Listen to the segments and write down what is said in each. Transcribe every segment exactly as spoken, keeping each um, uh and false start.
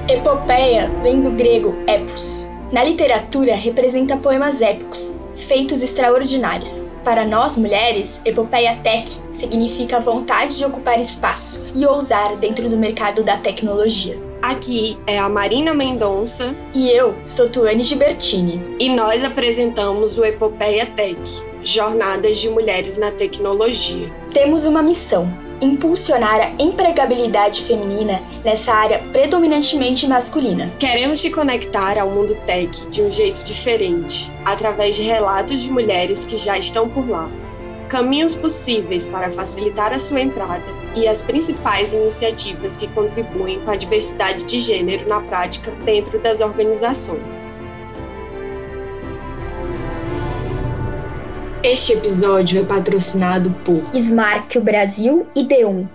Epopeia vem do grego epos. Na literatura, representa poemas épicos, feitos extraordinários. Para nós, mulheres, epopeia tech significa a vontade de ocupar espaço e ousar dentro do mercado da tecnologia. Aqui é a Marina Mendonça e eu sou Tuane Gibertini. E nós apresentamos o Epopeia Tech, Jornadas de Mulheres na Tecnologia. Temos uma missão: impulsionar a empregabilidade feminina nessa área predominantemente masculina. Queremos te conectar ao mundo tech de um jeito diferente, através de relatos de mulheres que já estão por lá, caminhos possíveis para facilitar a sua entrada e as principais iniciativas que contribuem com a diversidade de gênero na prática dentro das organizações. Este episódio é patrocinado por Smart Brasil e D um.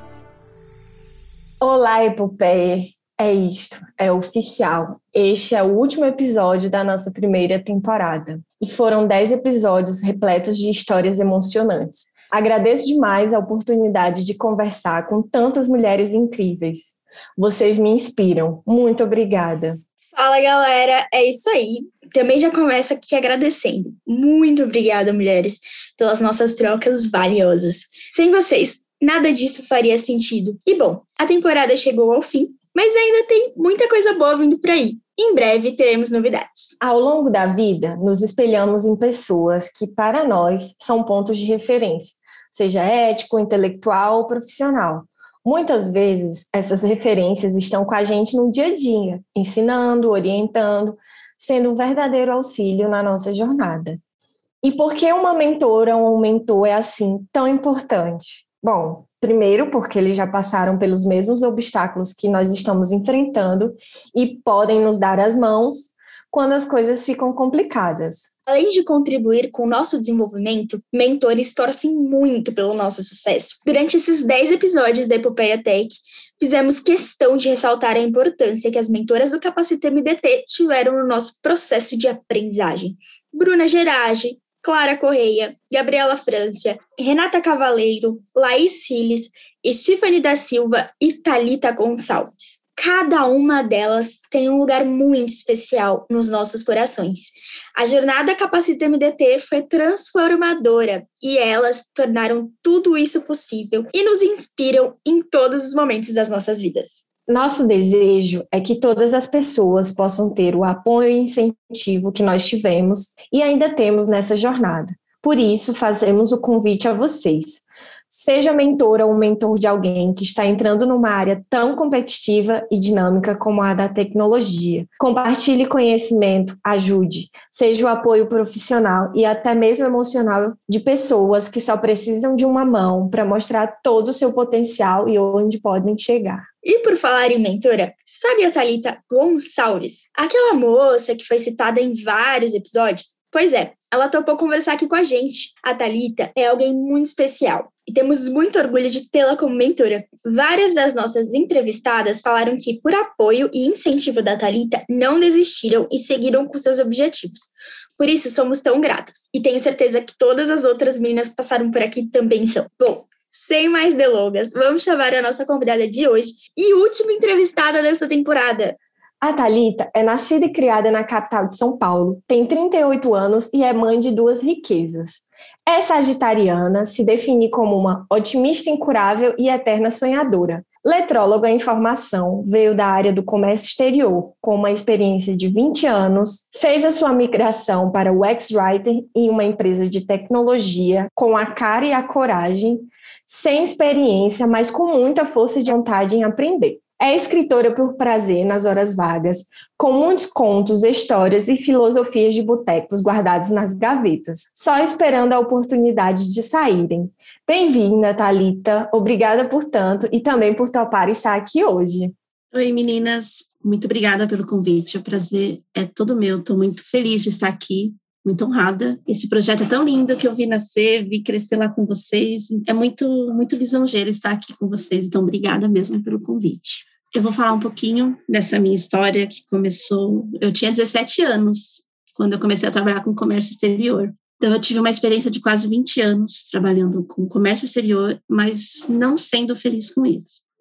Olá, Epopeia! É isto, é oficial. Este é o último episódio da nossa primeira temporada. E foram dez episódios repletos de histórias emocionantes. Agradeço demais a oportunidade de conversar com tantas mulheres incríveis. Vocês me inspiram. Muito obrigada. Fala, galera! É isso aí. Também já começo aqui agradecendo. Muito obrigada, mulheres, pelas nossas trocas valiosas. Sem vocês, nada disso faria sentido. E bom, a temporada chegou ao fim, mas ainda tem muita coisa boa vindo por aí. Em breve teremos novidades. Ao longo da vida, nos espelhamos em pessoas que, para nós, são pontos de referência, seja ético, intelectual ou profissional. Muitas vezes, essas referências estão com a gente no dia a dia, ensinando, orientando, sendo um verdadeiro auxílio na nossa jornada. E por que uma mentora ou um mentor é assim tão importante? Bom, primeiro porque eles já passaram pelos mesmos obstáculos que nós estamos enfrentando e podem nos dar as mãos quando as coisas ficam complicadas. Além de contribuir com o nosso desenvolvimento, mentores torcem muito pelo nosso sucesso. Durante esses dez episódios da Epopeia Tech, fizemos questão de ressaltar a importância que as mentoras do Capacita M D T tiveram no nosso processo de aprendizagem. Bruna Gerage, Clara Correia, Gabriela Francia, Renata Cavaleiro, Laís Siles, Stephanie da Silva e Thalita Gonçalves. Cada uma delas tem um lugar muito especial nos nossos corações. A jornada Capacita M D T foi transformadora e elas tornaram tudo isso possível e nos inspiram em todos os momentos das nossas vidas. Nosso desejo é que todas as pessoas possam ter o apoio e incentivo que nós tivemos e ainda temos nessa jornada. Por isso, fazemos o convite a vocês. Seja mentora ou mentor de alguém que está entrando numa área tão competitiva e dinâmica como a da tecnologia. Compartilhe conhecimento, ajude, seja o apoio profissional e até mesmo emocional de pessoas que só precisam de uma mão para mostrar todo o seu potencial e onde podem chegar. E por falar em mentora, sabe a Thalita Gonçalves? Aquela moça que foi citada em vários episódios? Pois é, ela topou conversar aqui com a gente. A Thalita é alguém muito especial e temos muito orgulho de tê-la como mentora. Várias das nossas entrevistadas falaram que, por apoio e incentivo da Thalita, não desistiram e seguiram com seus objetivos. Por isso, somos tão gratas. E tenho certeza que todas as outras meninas que passaram por aqui também são. Bom, sem mais delongas, vamos chamar a nossa convidada de hoje e última entrevistada dessa temporada. A Thalita é nascida e criada na capital de São Paulo, tem trinta e oito anos e é mãe de duas riquezas. É sagitariana, se define como uma otimista incurável e eterna sonhadora. Letróloga em formação, veio da área do comércio exterior, com uma experiência de vinte anos, fez a sua migração para o X-Writer em uma empresa de tecnologia, com a cara e a coragem, sem experiência, mas com muita força de vontade em aprender. É escritora por prazer nas horas vagas, com muitos contos, histórias e filosofias de botecos guardados nas gavetas, só esperando a oportunidade de saírem. Bem-vinda, Thalita. Obrigada por tanto e também por topar estar aqui hoje. Oi, meninas. Muito obrigada pelo convite. O prazer é todo meu. Estou muito feliz de estar aqui, muito honrada. Esse projeto é tão lindo que eu vi nascer, vi crescer lá com vocês. É muito, muito lisonjeiro estar aqui com vocês. Então, obrigada mesmo pelo convite. Eu vou falar um pouquinho dessa minha história que começou... Eu tinha dezessete anos quando eu comecei a trabalhar com comércio exterior. Então, eu tive uma experiência de quase vinte anos trabalhando com comércio exterior, mas não sendo feliz com eles.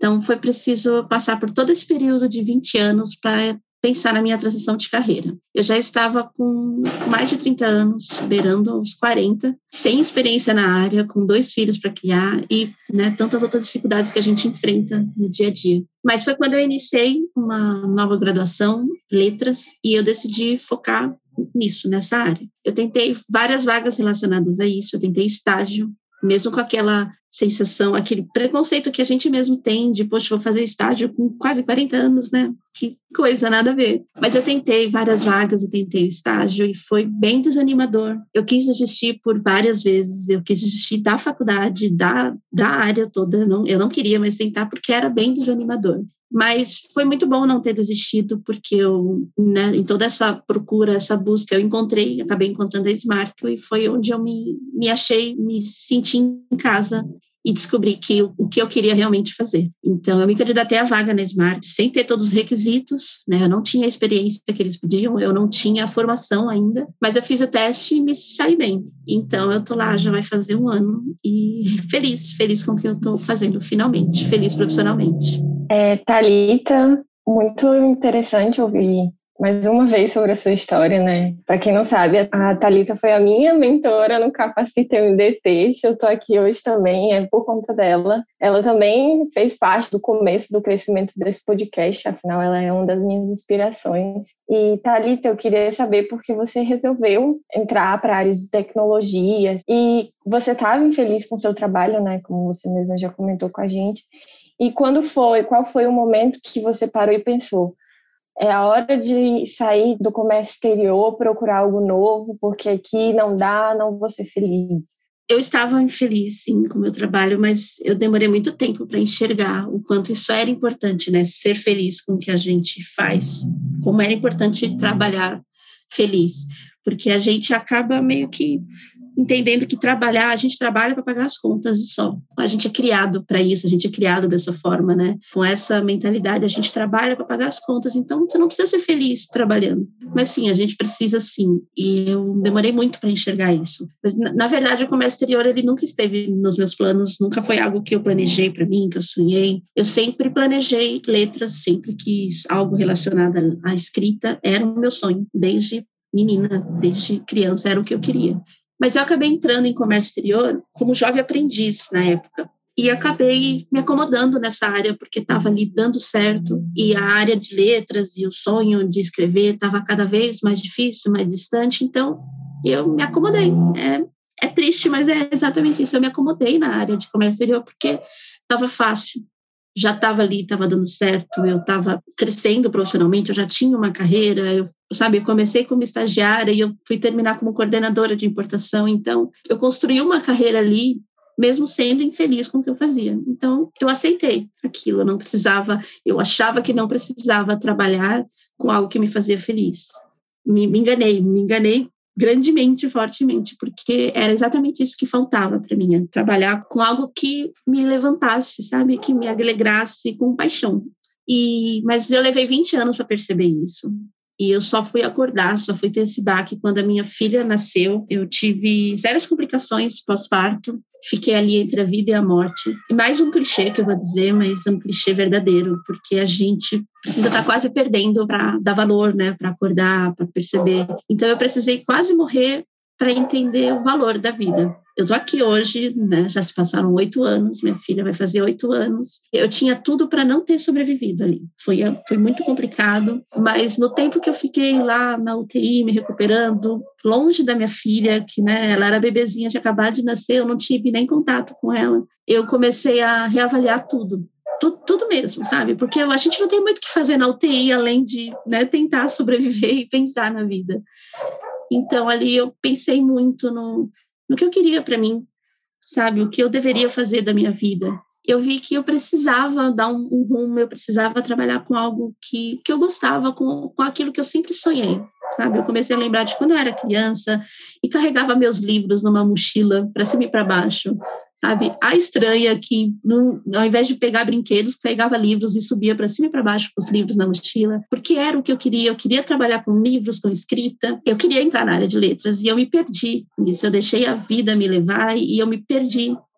Então, foi preciso passar por todo esse período de vinte anos para pensar na minha transição de carreira. Eu já estava com mais de trinta anos, beirando os quarenta, sem experiência na área, com dois filhos para criar e, né, tantas outras dificuldades que a gente enfrenta no dia a dia. Mas foi quando eu iniciei uma nova graduação, letras, e eu decidi focar nisso, nessa área. Eu tentei várias vagas relacionadas a isso, eu tentei estágio, mesmo com aquela sensação, aquele preconceito que a gente mesmo tem de, poxa, vou fazer estágio com quase quarenta anos, né? Que coisa, nada a ver. Mas eu tentei várias vagas, eu tentei o estágio e foi bem desanimador. Eu quis desistir por várias vezes, eu quis desistir da faculdade, da, da área toda, eu não, eu não queria mais tentar porque era bem desanimador. Mas foi muito bom não ter desistido, porque eu, né, em toda essa procura, essa busca, eu encontrei, acabei encontrando a Smartco e foi onde eu me, me achei, me senti em casa e descobri que o, o que eu queria realmente fazer. Então, eu me candidatei à vaga na Smart, sem ter todos os requisitos, né, eu não tinha a experiência que eles pediam, eu não tinha a formação ainda, mas eu fiz o teste e me saí bem. Então, eu tô lá, já vai fazer um ano e feliz, feliz com o que eu tô fazendo, finalmente, feliz profissionalmente. É, Thalita, muito interessante ouvir mais uma vez sobre a sua história, né? Para quem não sabe, a Thalita foi a minha mentora no Capacita M D T. Se eu estou aqui hoje também é por conta dela. Ela também fez parte do começo do crescimento desse podcast, afinal ela é uma das minhas inspirações. E Thalita, eu queria saber por que você resolveu entrar para a área de tecnologia e você estava infeliz com o seu trabalho, né? Como você mesma já comentou com a gente. E quando foi, qual foi o momento que você parou e pensou, é a hora de sair do comércio exterior, procurar algo novo, porque aqui não dá, não vou ser feliz? Eu estava infeliz, sim, com o meu trabalho, mas eu demorei muito tempo para enxergar o quanto isso era importante, né? Ser feliz com o que a gente faz, como era importante trabalhar feliz, porque a gente acaba meio que entendendo que trabalhar, a gente trabalha para pagar as contas e só. A gente é criado para isso, a gente é criado dessa forma, né? Com essa mentalidade, a gente trabalha para pagar as contas, então você não precisa ser feliz trabalhando. Mas sim, a gente precisa sim. E eu demorei muito para enxergar isso. Mas, na, na verdade, o comércio exterior, ele nunca esteve nos meus planos, nunca foi algo que eu planejei para mim, que eu sonhei. Eu sempre planejei letras, sempre quis algo relacionado à escrita, era o meu sonho, desde menina, desde criança, era o que eu queria. Mas eu acabei entrando em comércio exterior como jovem aprendiz na época. E acabei me acomodando nessa área, porque estava ali dando certo. E a área de letras e o sonho de escrever estava cada vez mais difícil, mais distante. Então, eu me acomodei. É, é triste, mas é exatamente isso. Eu me acomodei na área de comércio exterior porque estava fácil. Já estava ali, estava dando certo. Eu estava crescendo profissionalmente, eu já tinha uma carreira, eu sabe, eu comecei como estagiária e eu fui terminar como coordenadora de importação, então eu construí uma carreira ali, mesmo sendo infeliz com o que eu fazia. Então, eu aceitei aquilo, eu não precisava, eu achava que não precisava trabalhar com algo que me fazia feliz. Me, me enganei, me enganei grandemente, fortemente, porque era exatamente isso que faltava para mim, trabalhar com algo que me levantasse, sabe, que me alegrasse com paixão. E, mas eu levei vinte anos para perceber isso. E eu só fui acordar, só fui ter esse baque quando a minha filha nasceu. Eu tive sérias complicações pós-parto. Fiquei ali entre a vida e a morte. E mais um clichê que eu vou dizer, mas é um clichê verdadeiro, porque a gente precisa estar quase perdendo para dar valor, né? Para acordar, para perceber. Então eu precisei quase morrer para entender o valor da vida. Eu estou aqui hoje, né? Já se passaram oito anos, minha filha vai fazer oito anos. Eu tinha tudo para não ter sobrevivido ali. Foi, foi muito complicado, mas no tempo que eu fiquei lá na U T I, me recuperando, longe da minha filha, que né, ela era bebezinha, tinha acabado de nascer, eu não tive nem contato com ela, eu comecei a reavaliar tudo. Tudo, tudo mesmo, sabe? Porque a gente não tem muito o que fazer na U T I, além de né, tentar sobreviver e pensar na vida. Então, ali eu pensei muito no, no que eu queria para mim, sabe? O que eu deveria fazer da minha vida. Eu vi que eu precisava dar um, um rumo, eu precisava trabalhar com algo que, que eu gostava, com, com aquilo que eu sempre sonhei, sabe? Eu comecei a lembrar de quando eu era criança e carregava meus livros numa mochila para cima e para baixo, sabe? A estranha que, no, ao invés de pegar brinquedos, pegava livros e subia para cima e para baixo com os livros na mochila, porque era o que eu queria. Eu queria trabalhar com livros, com escrita. Eu queria entrar na área de letras e eu me perdi nisso. Eu deixei a vida me levar e eu me perdi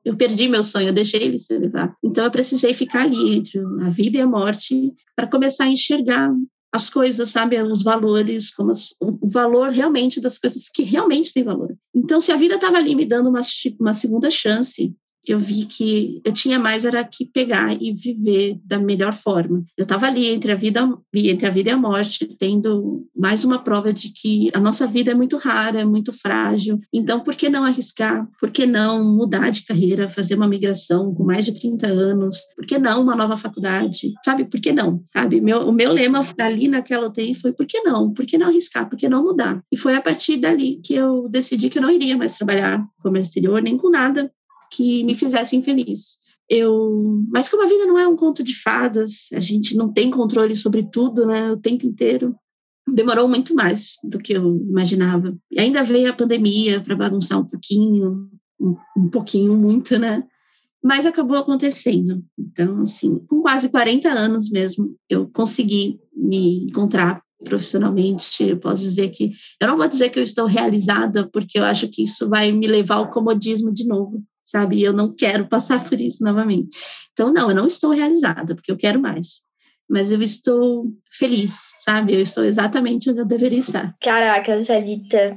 eu perdi meu sonho, eu deixei ele se levar. Então eu precisei ficar ali entre a vida e a morte para começar a enxergar as coisas, sabe, os valores, como as, o valor realmente das coisas que realmente têm valor. Então, se a vida estava ali me dando uma, uma segunda chance, eu vi que eu tinha mais era que pegar e viver da melhor forma. Eu estava ali entre a vida entre a vida e a morte, tendo mais uma prova de que a nossa vida é muito rara, é muito frágil. Então, por que não arriscar? Por que não mudar de carreira, fazer uma migração com mais de trinta anos? Por que não uma nova faculdade? Sabe, por que não? Sabe, meu, o meu lema dali naquela U T I foi por que não? Por que não arriscar? Por que não mudar? E foi a partir dali que eu decidi que eu não iria mais trabalhar no comércio exterior, nem com nada que me fizesse infeliz. Eu, mas como a vida não é um conto de fadas, a gente não tem controle sobre tudo, né, o tempo inteiro, demorou muito mais do que eu imaginava. E ainda veio a pandemia para bagunçar um pouquinho, um, um pouquinho, muito, né, mas acabou acontecendo. Então, assim, com quase quarenta anos mesmo, eu consegui me encontrar profissionalmente. Eu posso dizer que, eu não vou dizer que eu estou realizada, porque eu acho que isso vai me levar ao comodismo de novo, sabe? Eu não quero passar por isso novamente. Então, não, eu não estou realizada, porque eu quero mais. Mas eu estou feliz, sabe? Eu estou exatamente onde eu deveria estar. Caraca, Thalita.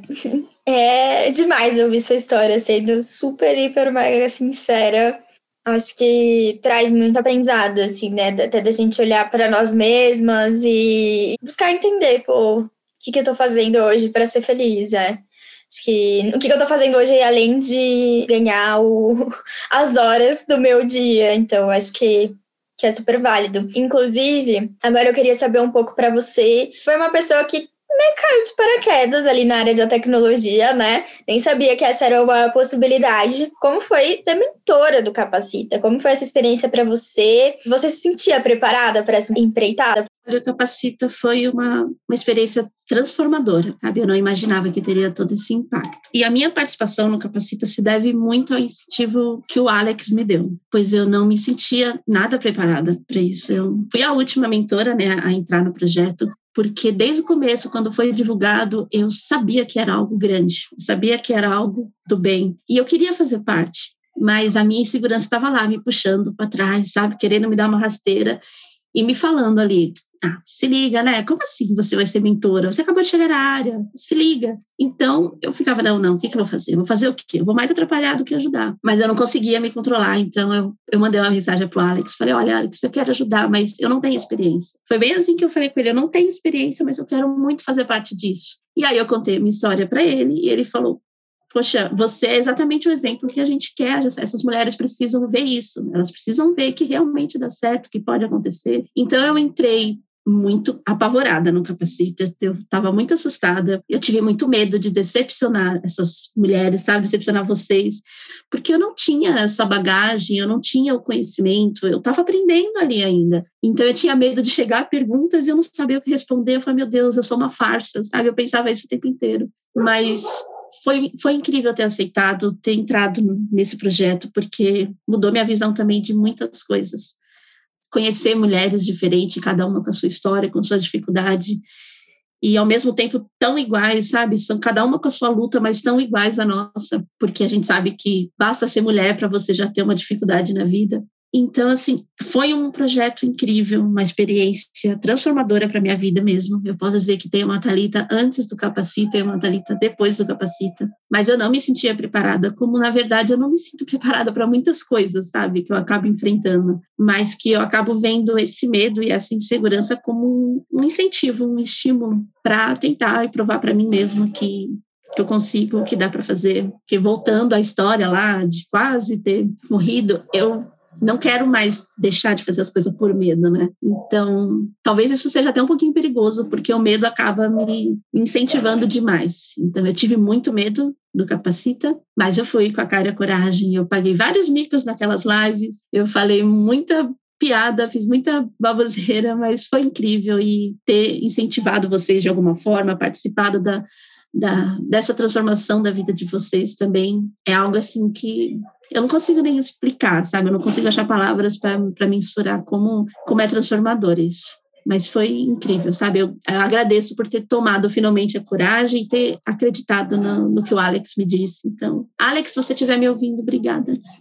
É demais ouvir sua história, sendo super, hiper, mega sincera. Acho que traz muito aprendizado, assim, né? Até da gente olhar para nós mesmas e buscar entender, pô, o que, que eu tô fazendo hoje para ser feliz, né? Acho que o que eu tô fazendo hoje é além de ganhar o, as horas do meu dia. Então, acho que, que é super válido. Inclusive, agora eu queria saber um pouco pra você. Foi uma pessoa que meio caiu de paraquedas ali na área da tecnologia, né? Nem sabia que essa era uma possibilidade. Como foi ser mentora do Capacita? Como foi essa experiência pra você? Você se sentia preparada para essa empreitada? O Capacita foi uma, uma experiência transformadora, sabe? Eu não imaginava que teria todo esse impacto. E a minha participação no Capacita se deve muito ao incentivo que o Alex me deu, pois eu não me sentia nada preparada para isso. Eu fui a última mentora, né, a entrar no projeto, porque desde o começo, quando foi divulgado, eu sabia que era algo grande, eu sabia que era algo do bem, e eu queria fazer parte, mas a minha insegurança estava lá, me puxando para trás, sabe? Querendo me dar uma rasteira e me falando ali, ah, se liga, né? Como assim você vai ser mentora? Você acabou de chegar na área, se liga. Então, eu ficava, não, não, o que, que eu vou fazer? Eu vou fazer o quê? Eu vou mais atrapalhar do que ajudar. Mas eu não conseguia me controlar, então eu, eu mandei uma mensagem pro Alex, falei, olha, Alex, eu quero ajudar, mas eu não tenho experiência. Foi bem assim que eu falei com ele, eu não tenho experiência, mas eu quero muito fazer parte disso. E aí eu contei a minha história para ele, e ele falou, poxa, você é exatamente o exemplo que a gente quer, essas mulheres precisam ver isso, elas precisam ver que realmente dá certo, que pode acontecer. Então eu entrei muito apavorada no Capacita, eu estava muito assustada, eu tive muito medo de decepcionar essas mulheres, sabe, decepcionar vocês, porque eu não tinha essa bagagem, eu não tinha o conhecimento, eu estava aprendendo ali ainda, então eu tinha medo de chegar a perguntas e eu não sabia o que responder, eu falei, meu Deus, eu sou uma farsa, sabe, eu pensava isso o tempo inteiro, mas foi, foi incrível ter aceitado, ter entrado nesse projeto, porque mudou minha visão também de muitas coisas. Conhecer mulheres diferentes, cada uma com a sua história, com sua dificuldade, e ao mesmo tempo tão iguais, sabe? São cada uma com a sua luta, mas tão iguais à nossa, porque a gente sabe que basta ser mulher para você já ter uma dificuldade na vida. Então, assim, foi um projeto incrível, uma experiência transformadora para a minha vida mesmo. Eu posso dizer que tem uma Thalita antes do Capacita e uma Thalita depois do Capacita, mas eu não me sentia preparada, como, na verdade, eu não me sinto preparada para muitas coisas, sabe, que eu acabo enfrentando, mas que eu acabo vendo esse medo e essa insegurança como um incentivo, um estímulo para tentar e provar para mim mesma que que eu consigo, que dá para fazer. Que voltando à história lá de quase ter morrido, eu não quero mais deixar de fazer as coisas por medo, né? Então, talvez isso seja até um pouquinho perigoso, porque o medo acaba me incentivando demais. Então, eu tive muito medo do Capacita, mas eu fui com a cara e a coragem, eu paguei vários micos naquelas lives, eu falei muita piada, fiz muita baboseira, mas foi incrível, e ter incentivado vocês de alguma forma, participado da, da, dessa transformação da vida de vocês também, é algo assim que eu não consigo nem explicar, sabe? Eu não consigo achar palavras para mensurar como, como é transformador isso. Mas foi incrível, sabe? Eu, eu agradeço por ter tomado finalmente a coragem e ter acreditado no, no que o Alex me disse. Então, Alex, se você estiver me ouvindo, obrigada.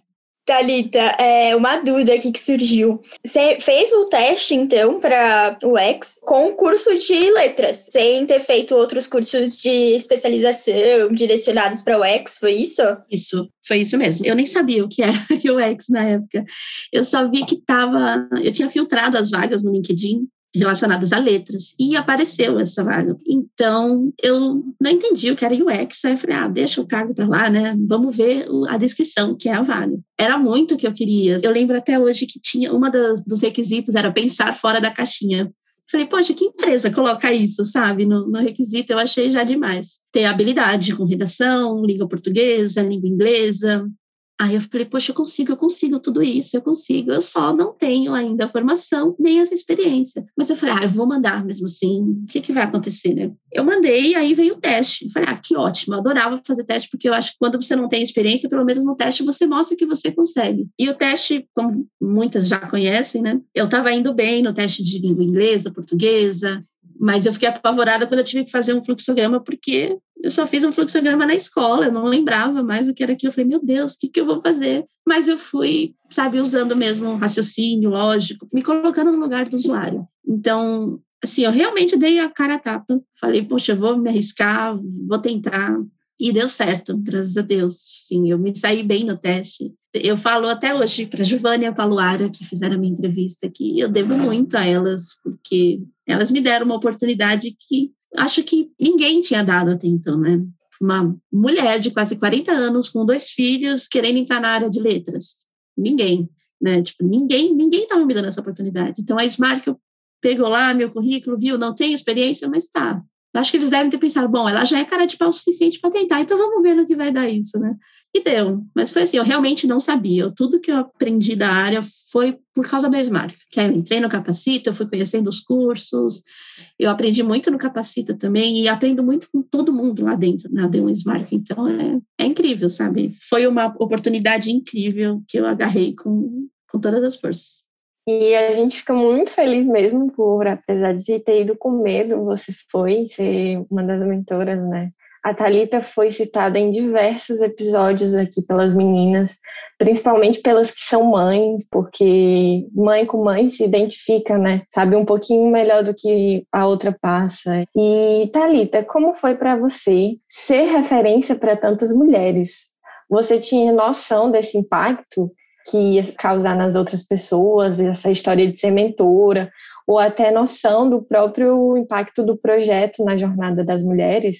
Thalita, é uma dúvida aqui que surgiu. Você fez o teste, então, para o U X com curso de letras, sem ter feito outros cursos de especialização direcionados para o U X, foi isso? Isso, foi isso mesmo. Eu nem sabia o que era U X na época. Eu só vi que estava... Eu tinha filtrado as vagas no LinkedIn relacionadas a letras, e apareceu essa vaga. Então, eu não entendi o que era U X, aí eu falei, ah, deixa o cargo para lá, né? Vamos ver a descrição, que é a vaga. Era muito o que eu queria. Eu lembro até hoje que tinha, uma das, dos requisitos era pensar fora da caixinha. Falei, poxa, que empresa coloca isso, sabe? No, no requisito, eu achei já demais. Ter habilidade com redação, língua portuguesa, língua inglesa. Aí eu falei, poxa, eu consigo, eu consigo tudo isso, eu consigo. Eu só não tenho ainda a formação, nem essa experiência. Mas eu falei, ah, eu vou mandar mesmo assim. O que, que vai acontecer, né? Eu mandei e aí veio o teste. Eu falei, ah, que ótimo, eu adorava fazer teste, porque eu acho que quando você não tem experiência, pelo menos no teste você mostra que você consegue. E o teste, como muitas já conhecem, né? Eu estava indo bem no teste de língua inglesa, portuguesa, mas eu fiquei apavorada quando eu tive que fazer um fluxograma, porque eu só fiz um fluxograma na escola, eu não lembrava mais o que era aquilo. Eu falei, meu Deus, o que, que eu vou fazer? Mas eu fui, sabe, usando mesmo um raciocínio lógico, me colocando no lugar do usuário. Então, assim, eu realmente dei a cara a tapa. Falei, poxa, eu vou me arriscar, vou tentar. E deu certo, graças a Deus. Sim, eu me saí bem no teste. Eu falo até hoje para a Giovana e a Paluara, que fizeram a minha entrevista, que eu devo muito a elas, porque elas me deram uma oportunidade que acho que ninguém tinha dado até então, né? Uma mulher de quase quarenta anos, com dois filhos, querendo entrar na área de letras. Ninguém, né? Tipo, ninguém, ninguém estava me dando essa oportunidade. Então, a Smark pegou lá meu currículo, viu, não tem experiência, mas tá. Acho que eles devem ter pensado, bom, ela já é cara de pau o suficiente para tentar, então vamos ver no que vai dar isso, né? E deu. Mas foi assim, eu realmente não sabia. Tudo que eu aprendi da área foi por causa da Smark. Que aí eu entrei no Capacita, eu fui conhecendo os cursos, eu aprendi muito no Capacita também, e aprendo muito com todo mundo lá dentro, na D um Smark. Então, é, é incrível, sabe? Foi uma oportunidade incrível que eu agarrei com, com todas as forças. E a gente fica muito feliz mesmo por, apesar de ter ido com medo, você foi ser uma das mentoras, né? A Thalita foi citada em diversos episódios aqui pelas meninas, principalmente pelas que são mães, porque mãe com mãe se identifica, né? Sabe um pouquinho melhor do que a outra passa. E, Thalita, como foi para você ser referência para tantas mulheres? Você tinha noção desse impacto que ia causar nas outras pessoas, essa história de ser mentora, ou até noção do próprio impacto do projeto na jornada das mulheres?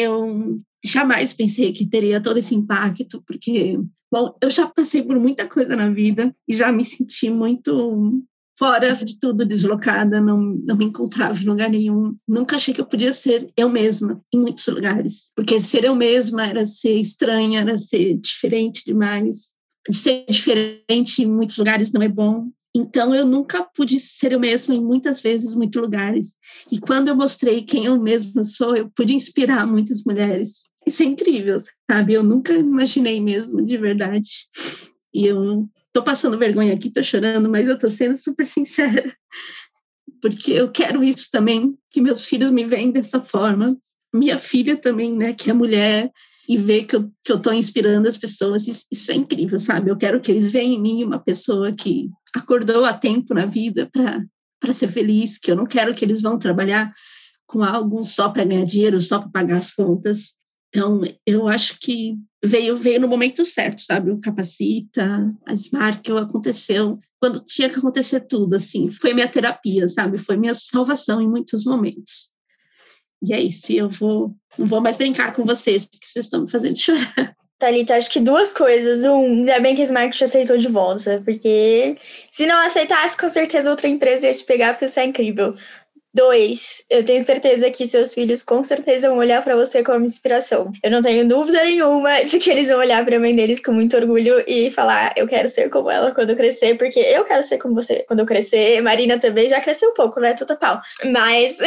Eu jamais pensei que teria todo esse impacto, porque, bom, eu já passei por muita coisa na vida e já me senti muito fora de tudo, deslocada, não, não me encontrava em lugar nenhum. Nunca achei que eu podia ser eu mesma em muitos lugares, porque ser eu mesma era ser estranha, era ser diferente demais. De ser diferente em muitos lugares não é bom. Então, eu nunca pude ser eu mesma em muitas vezes, em muitos lugares. E quando eu mostrei quem eu mesma sou, eu pude inspirar muitas mulheres. Isso é incrível, sabe? Eu nunca imaginei mesmo, de verdade. E eu tô passando vergonha aqui, tô chorando, mas eu tô sendo super sincera. Porque eu quero isso também, que meus filhos me veem dessa forma. Minha filha também, né, que é mulher, e ver que eu, que eu tô inspirando as pessoas, isso, isso é incrível, sabe? Eu quero que eles vejam em mim uma pessoa que acordou a tempo na vida para ser feliz, que eu não quero que eles vão trabalhar com algo só para ganhar dinheiro, só para pagar as contas. Então, eu acho que veio, veio no momento certo, sabe? O Capacita, a Smark, aconteceu quando tinha que acontecer tudo, assim. Foi minha terapia, sabe? Foi minha salvação em muitos momentos. E é isso, eu vou, não vou mais brincar com vocês, porque vocês estão me fazendo chorar. Thalita, acho que duas coisas. Um, ainda bem que a Smark te aceitou de volta, porque se não aceitasse, com certeza outra empresa ia te pegar, porque você é incrível. Dois, eu tenho certeza que seus filhos com certeza vão olhar pra você como inspiração. Eu não tenho dúvida nenhuma de que eles vão olhar pra mãe deles com muito orgulho e falar, eu quero ser como ela quando eu crescer, porque eu quero ser como você quando eu crescer. Marina também já cresceu um pouco, né? Tudo pau. Mas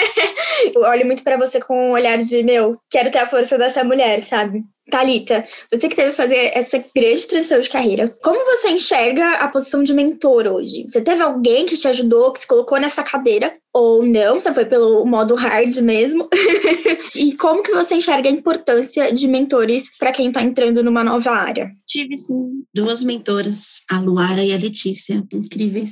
eu olho muito pra você com um olhar de, meu, quero ter a força dessa mulher, sabe? Thalita, você que teve que fazer essa grande transição de carreira, como você enxerga a posição de mentor hoje? Você teve alguém que te ajudou, que se colocou nessa cadeira? Ou não? Você foi pelo modo hard mesmo? E como que você enxerga a importância de mentores para quem está entrando numa nova área? Tive, sim, duas mentoras, a Luara e a Letícia, incríveis.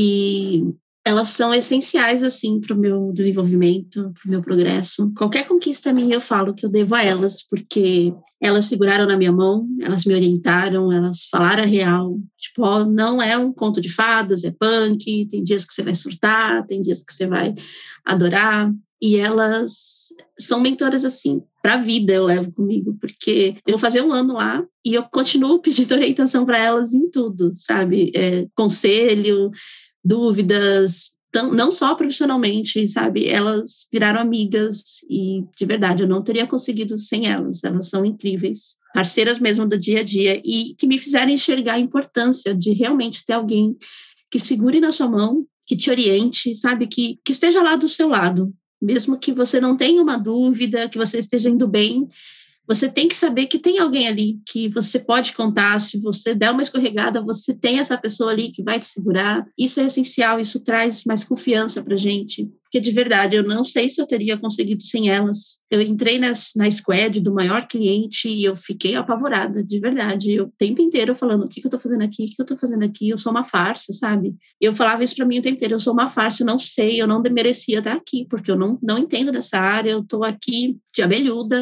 E elas são essenciais, assim, para o meu desenvolvimento, para o meu progresso. Qualquer conquista minha, eu falo que eu devo a elas, porque elas seguraram na minha mão, elas me orientaram, elas falaram a real. Tipo, ó, não é um conto de fadas, é punk, tem dias que você vai surtar, tem dias que você vai adorar. E elas são mentoras, assim, para a vida eu levo comigo, porque eu vou fazer um ano lá e eu continuo pedindo orientação para elas em tudo, sabe? É, conselho, dúvidas, tão, não só profissionalmente, sabe? Elas viraram amigas e, de verdade, eu não teria conseguido sem elas. Elas são incríveis, parceiras mesmo do dia a dia e que me fizeram enxergar a importância de realmente ter alguém que segure na sua mão, que te oriente, sabe? Que, que esteja lá do seu lado. Mesmo que você não tenha uma dúvida, que você esteja indo bem, você tem que saber que tem alguém ali que você pode contar. Se você der uma escorregada, você tem essa pessoa ali que vai te segurar. Isso é essencial, isso traz mais confiança pra gente. Porque, de verdade, eu não sei se eu teria conseguido sem elas. Eu entrei nas, na squad do maior cliente e eu fiquei apavorada, de verdade. Eu, o tempo inteiro falando, o que, que eu tô fazendo aqui? O que, que eu tô fazendo aqui? Eu sou uma farsa, sabe? Eu falava isso pra mim o tempo inteiro, eu sou uma farsa, eu não sei, eu não merecia estar aqui, porque eu não, não entendo dessa área, eu tô aqui de abelhuda.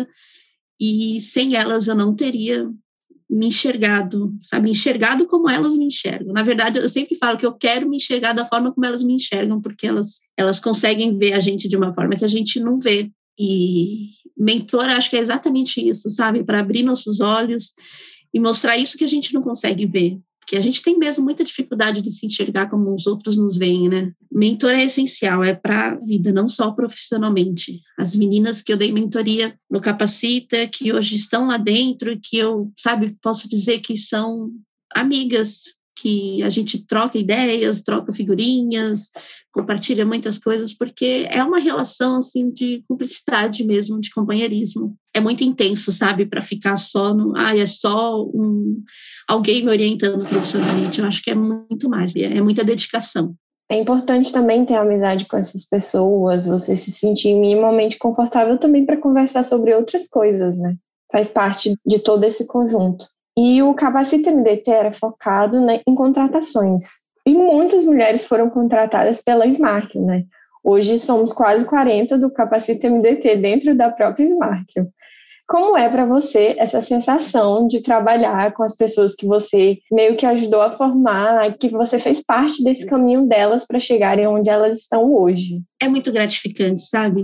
E sem elas eu não teria me enxergado, sabe? Enxergado como elas me enxergam. Na verdade, eu sempre falo que eu quero me enxergar da forma como elas me enxergam, porque elas, elas conseguem ver a gente de uma forma que a gente não vê. E mentor, acho que é exatamente isso, sabe? Para abrir nossos olhos e mostrar isso que a gente não consegue ver. Porque a gente tem mesmo muita dificuldade de se enxergar como os outros nos veem, né? Mentor é essencial, é para a vida, não só profissionalmente. As meninas que eu dei mentoria no Capacita, que hoje estão lá dentro e que eu, sabe, posso dizer que são amigas, que a gente troca ideias, troca figurinhas, compartilha muitas coisas, porque é uma relação, assim, de cumplicidade mesmo, de companheirismo. É muito intenso, sabe, para ficar só no... Ah, é só um, alguém me orientando profissionalmente. Eu acho que é muito mais, é muita dedicação. É importante também ter amizade com essas pessoas, você se sentir minimamente confortável também para conversar sobre outras coisas, né? Faz parte de todo esse conjunto. E o Capacita M D T era focado, né, em contratações. E muitas mulheres foram contratadas pela Smarkle, né? Hoje somos quase quarenta do Capacita M D T dentro da própria Smarkle. Como é para você essa sensação de trabalhar com as pessoas que você meio que ajudou a formar, que você fez parte desse caminho delas para chegarem onde elas estão hoje? É muito gratificante, sabe?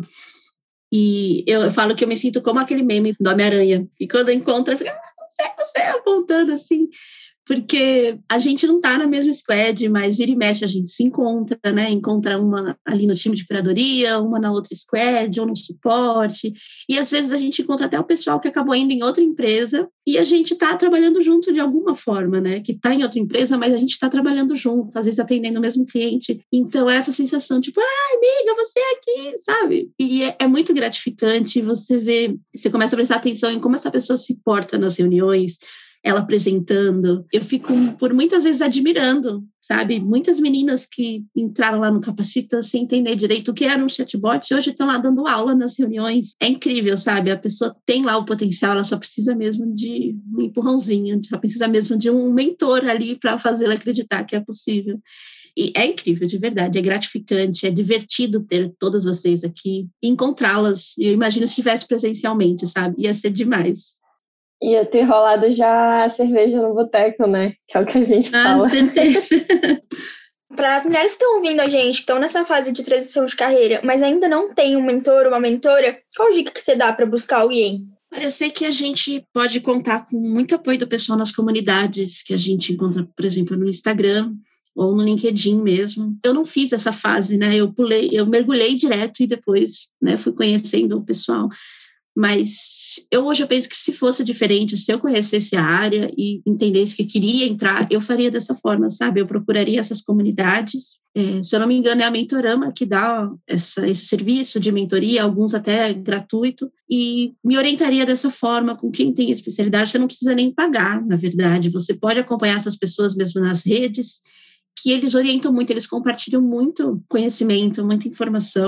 E eu falo que eu me sinto como aquele meme do Homem-Aranha. E quando eu encontro, eu fico, ah, você, você, apontando assim. Porque a gente não está na mesma squad, mas vira e mexe a gente se encontra, né? Encontra uma ali no time de curadoria, uma na outra squad, ou no suporte. E às vezes a gente encontra até o pessoal que acabou indo em outra empresa e a gente está trabalhando junto de alguma forma, né? Que está em outra empresa, mas a gente está trabalhando junto, às vezes atendendo o mesmo cliente. Então, essa sensação, tipo, ah, amiga, você é aqui, sabe? E é, é muito gratificante você ver, você começa a prestar atenção em como essa pessoa se porta nas reuniões, ela apresentando, eu fico por muitas vezes admirando, sabe? Muitas meninas que entraram lá no Capacita sem entender direito o que era um chatbot, hoje estão lá dando aula nas reuniões. É incrível, sabe? A pessoa tem lá o potencial, ela só precisa mesmo de um empurrãozinho, só precisa mesmo de um mentor ali para fazê-la acreditar que é possível. E é incrível, de verdade, é gratificante, é divertido ter todas vocês aqui, encontrá-las. Eu imagino se estivesse presencialmente, sabe? Ia ser demais. Ia ter rolado já a cerveja no boteco, né? Que é o que a gente fala. Ah, certeza. Para as mulheres que estão ouvindo a gente, que estão nessa fase de transição de carreira, mas ainda não tem um mentor ou uma mentora, qual dica que você dá para buscar alguém? Olha, eu sei que a gente pode contar com muito apoio do pessoal nas comunidades que a gente encontra, por exemplo, no Instagram ou no LinkedIn mesmo. Eu não fiz essa fase, né? Eu pulei, eu mergulhei direto e depois, né, fui conhecendo o pessoal. Mas eu hoje eu penso que se fosse diferente, se eu conhecesse a área e entendesse que queria entrar, eu faria dessa forma, sabe? Eu procuraria essas comunidades. É, se eu não me engano, é a Mentorama que dá essa, esse serviço de mentoria, alguns até gratuito, e me orientaria dessa forma com quem tem especialidade. Você não precisa nem pagar, na verdade. Você pode acompanhar essas pessoas mesmo nas redes, que eles orientam muito, eles compartilham muito conhecimento, muita informação.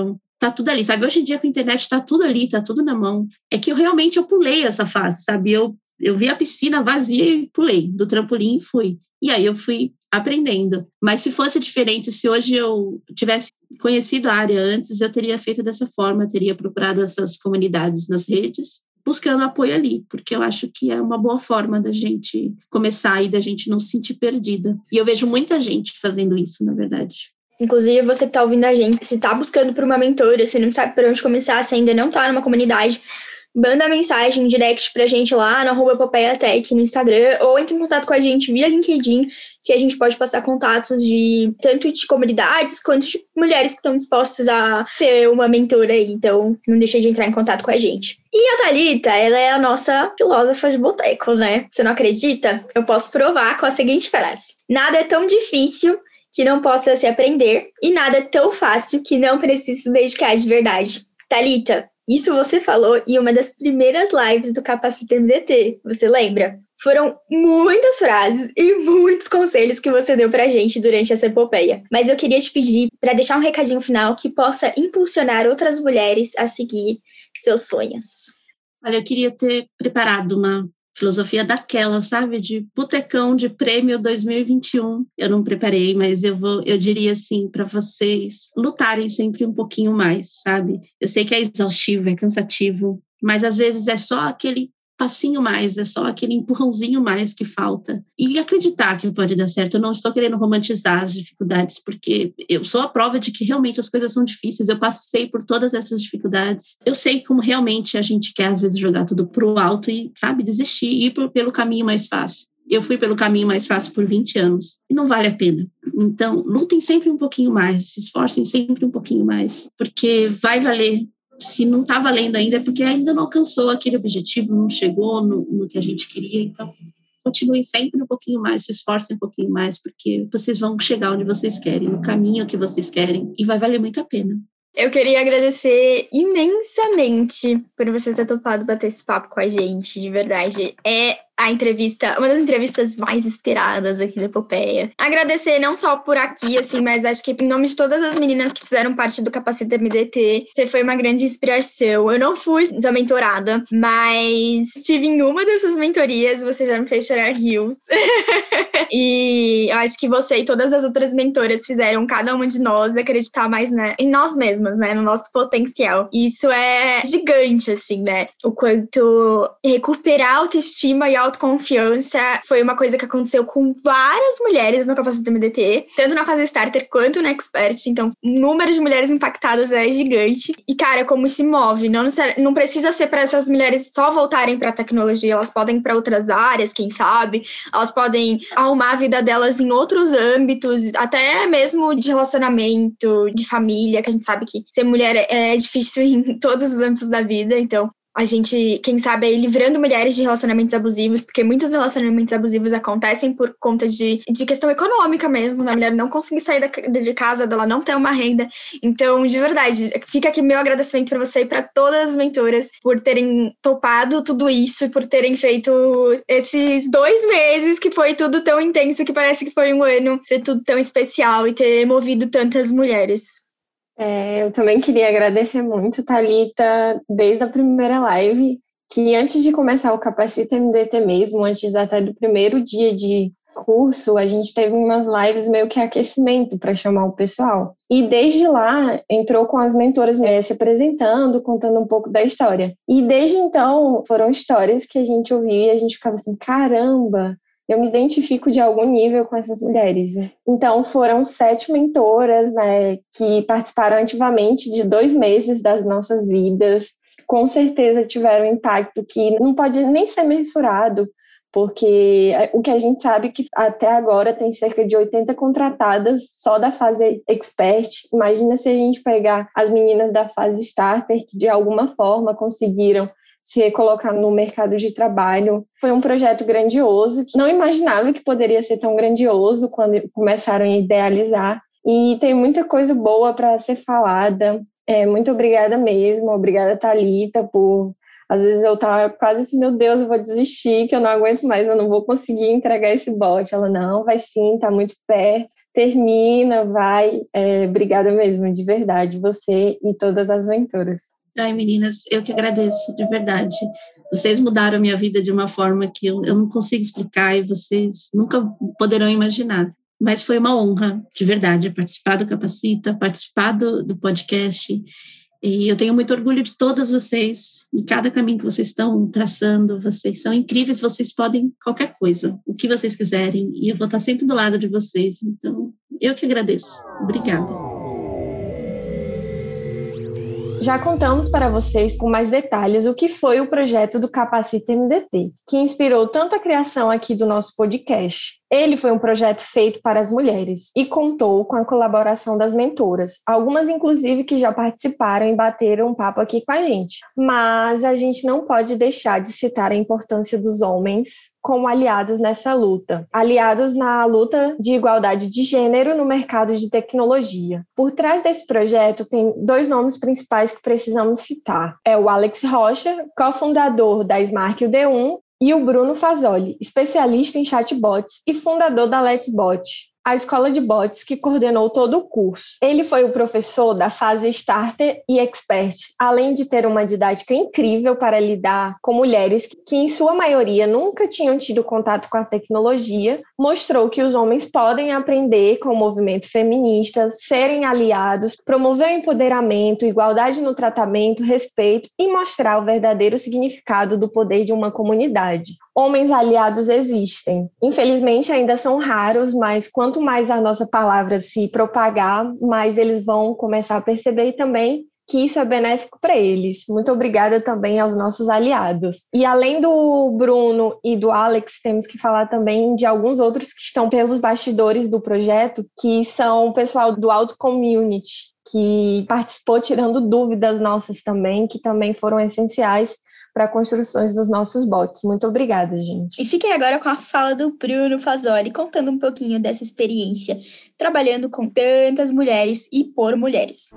tá tudo ali, sabe? Hoje em dia com a internet tá tudo ali, tá tudo na mão. É que eu realmente eu pulei essa fase, sabe? Eu, eu vi a piscina vazia e pulei do trampolim e fui. E aí eu fui aprendendo. Mas se fosse diferente, se hoje eu tivesse conhecido a área antes, eu teria feito dessa forma, teria procurado essas comunidades nas redes, buscando apoio ali, porque eu acho que é uma boa forma da gente começar e da gente não se sentir perdida. E eu vejo muita gente fazendo isso, na verdade. Inclusive, você que tá ouvindo a gente, se tá buscando por uma mentora, se não sabe por onde começar, se ainda não tá numa comunidade, manda mensagem, direct pra gente lá no arroba epopeiatech no Instagram, ou entre em contato com a gente via LinkedIn, que a gente pode passar contatos de tanto de comunidades quanto de mulheres que estão dispostas a ser uma mentora aí. Então, não deixa de entrar em contato com a gente. E a Thalita, ela é a nossa filósofa de boteco, né? Você não acredita? Eu posso provar com a seguinte frase: nada é tão difícil que não possa se aprender, e nada é tão fácil que não precise se dedicar de verdade. Thalita, isso você falou em uma das primeiras lives do Capacita M D T, você lembra? Foram muitas frases e muitos conselhos que você deu pra gente durante essa epopeia. Mas eu queria te pedir para deixar um recadinho final que possa impulsionar outras mulheres a seguir seus sonhos. Olha, eu queria ter preparado uma filosofia daquela, sabe? De botecão de prêmio dois mil e vinte e um. Eu não preparei, mas eu vou, eu diria assim, para vocês lutarem sempre um pouquinho mais, sabe? Eu sei que é exaustivo, é cansativo, mas às vezes é só aquele passinho mais, é só aquele empurrãozinho mais que falta. E acreditar que pode dar certo. Eu não estou querendo romantizar as dificuldades, porque eu sou a prova de que realmente as coisas são difíceis. Eu passei por todas essas dificuldades. Eu sei como realmente a gente quer, às vezes, jogar tudo pro alto e, sabe, desistir e ir por, pelo caminho mais fácil. Eu fui pelo caminho mais fácil por vinte anos e não vale a pena. Então, lutem sempre um pouquinho mais, se esforcem sempre um pouquinho mais, porque vai valer. Se não está valendo ainda, é porque ainda não alcançou aquele objetivo, não chegou no, no que a gente queria. Então, continuem sempre um pouquinho mais, se esforcem um pouquinho mais, porque vocês vão chegar onde vocês querem, no caminho que vocês querem, e vai valer muito a pena. Eu queria agradecer imensamente por vocês ter topado bater esse papo com a gente, de verdade. É a entrevista, uma das entrevistas mais esperadas aqui da Epopeia. Agradecer não só por aqui, assim, mas acho que em nome de todas as meninas que fizeram parte do Capacita M D T, você foi uma grande inspiração. Eu não fui sua mentorada, mas estive em uma dessas mentorias, você já me fez chorar rios. E eu acho que você e todas as outras mentoras fizeram cada uma de nós acreditar mais, né, em nós mesmas, né, no nosso potencial. E isso é gigante, assim, né? O quanto recuperar a autoestima e a autoconfiança foi uma coisa que aconteceu com várias mulheres no Capacita M D T, tanto na fase starter quanto na expert. Então, o número de mulheres impactadas é gigante. E, cara, como se move. Não, não precisa ser para essas mulheres só voltarem para a tecnologia. Elas podem ir para outras áreas, quem sabe. Elas podem arrumar a vida delas em outros âmbitos, até mesmo de relacionamento, de família, que a gente sabe que ser mulher é difícil em todos os âmbitos da vida. Então, a gente, quem sabe, aí livrando mulheres de relacionamentos abusivos, porque muitos relacionamentos abusivos acontecem por conta de, de questão econômica mesmo, da mulher não conseguir sair da, de casa, dela não ter uma renda. Então, de verdade, fica aqui meu agradecimento para você e para todas as mentoras por terem topado tudo isso, por terem feito esses dois meses que foi tudo tão intenso, que parece que foi um ano, ser tudo tão especial e ter movido tantas mulheres. É, eu também queria agradecer muito, Thalita, desde a primeira live, que antes de começar o Capacita M D T mesmo, antes até do primeiro dia de curso, a gente teve umas lives meio que aquecimento para chamar o pessoal. E desde lá, entrou com as mentoras se apresentando, contando um pouco da história. E desde então, foram histórias que a gente ouvia e a gente ficava assim, caramba, eu me identifico de algum nível com essas mulheres. Então, foram sete mentoras, né, que participaram ativamente de dois meses das nossas vidas. Com certeza tiveram um impacto que não pode nem ser mensurado, porque o que a gente sabe é que até agora tem cerca de oitenta contratadas só da fase expert. Imagina se a gente pegar as meninas da fase starter, que de alguma forma conseguiram se recolocar no mercado de trabalho. Foi um projeto grandioso, que não imaginava que poderia ser tão grandioso quando começaram a idealizar. E tem muita coisa boa para ser falada. É, muito obrigada mesmo, obrigada, Thalita, por... Às vezes eu tava quase assim, meu Deus, eu vou desistir, que eu não aguento mais, eu não vou conseguir entregar esse bote. Ela, não, vai sim, tá muito perto. Termina, vai. É, obrigada mesmo, de verdade, você e todas as mentoras. Ai, meninas, eu que agradeço, de verdade. Vocês mudaram a minha vida de uma forma que eu, eu não consigo explicar e vocês nunca poderão imaginar. Mas foi uma honra, de verdade, participar do Capacita, participar do, do podcast. E eu tenho muito orgulho de todas vocês, em cada caminho que vocês estão traçando. Vocês são incríveis, vocês podem qualquer coisa, o que vocês quiserem. E eu vou estar sempre do lado de vocês. Então, eu que agradeço. Obrigada. Já contamos para vocês com mais detalhes o que foi o projeto do Capacita M D T, que inspirou tanto a criação aqui do nosso podcast. Ele foi um projeto feito para as mulheres e contou com a colaboração das mentoras, algumas inclusive que já participaram e bateram um papo aqui com a gente. Mas a gente não pode deixar de citar a importância dos homens como aliados nessa luta. Aliados na luta de igualdade de gênero no mercado de tecnologia. Por trás desse projeto tem dois nomes principais que precisamos citar. É o Alex Rocha, cofundador da Smart U D um, e o Bruno Fazoli, especialista em chatbots e fundador da Let's Bot, a escola de bots que coordenou todo o curso. Ele foi o professor da fase Starter e Expert, além de ter uma didática incrível para lidar com mulheres que, em sua maioria, nunca tinham tido contato com a tecnologia, mostrou que os homens podem aprender com o movimento feminista, serem aliados, promover o empoderamento, igualdade no tratamento, respeito e mostrar o verdadeiro significado do poder de uma comunidade. Homens aliados existem. Infelizmente, ainda são raros, mas quanto mais a nossa palavra se propagar, mais eles vão começar a perceber também que isso é benéfico para eles. Muito obrigada também aos nossos aliados. E além do Bruno e do Alex, temos que falar também de alguns outros que estão pelos bastidores do projeto, que são o pessoal do Auto Community, que participou tirando dúvidas nossas também, que também foram essenciais para construções dos nossos bots. Muito obrigada, gente. E fiquem agora com a fala do Bruno Fazoli, contando um pouquinho dessa experiência, trabalhando com tantas mulheres e por mulheres.